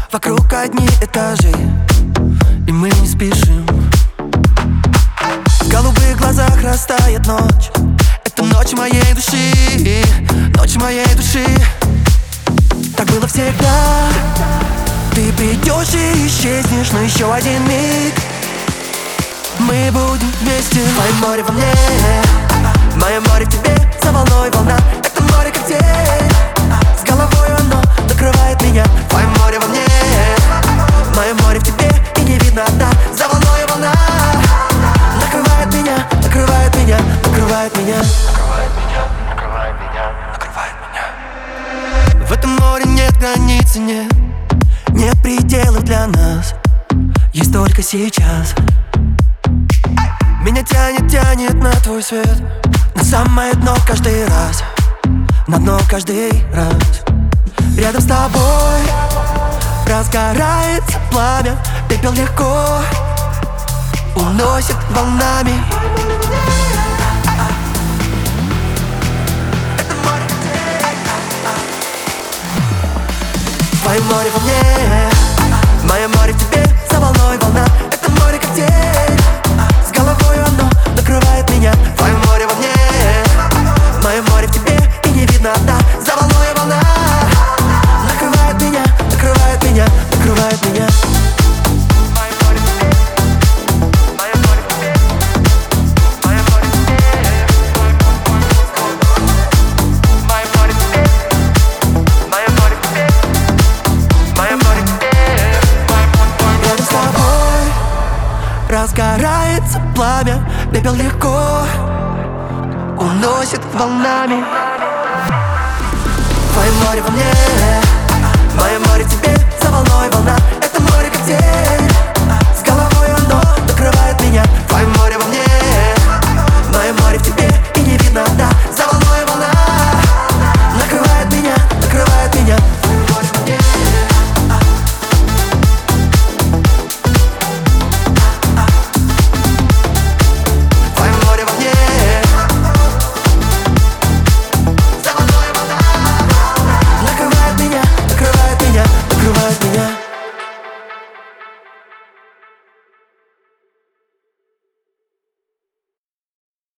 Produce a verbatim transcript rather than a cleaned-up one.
Вокруг одни этажи, и мы не спешим. В голубых глазах растает ночь. Это ночь моей души, ночь моей души. Так было всегда. Ты придешь и исчезнешь, но еще один миг мы будем вместе. Твое море во мне, мое море в тебе, за волной волна. Это море как день, с головой оно накрывает меня. Твое море во мне, мое море в тебе, и не видно дна. За волной волна накрывает меня, накрывает меня, накрывает меня. Накрывает меня, накрывает меня, накрывает меня. В этом море нет границ, нет, нет пределов для нас. Есть только сейчас. Меня тянет, тянет на твой свет, на самое дно каждый раз, на дно каждый раз. Рядом с тобой разгорается пламя, пепел легко уносит волнами. Твое море во мне, мое море в тебе, за волной волна. Это море как день, с головой оно накрывает меня. Твое море во мне, мое море в тебе, и не видно дна. За волной волна накрывает меня, накрывает меня, накрывает меня. Разгорается пламя, пепел легко уносит волнами. Твое море во мне, мое море в тебе, за волной волна. Это море как день,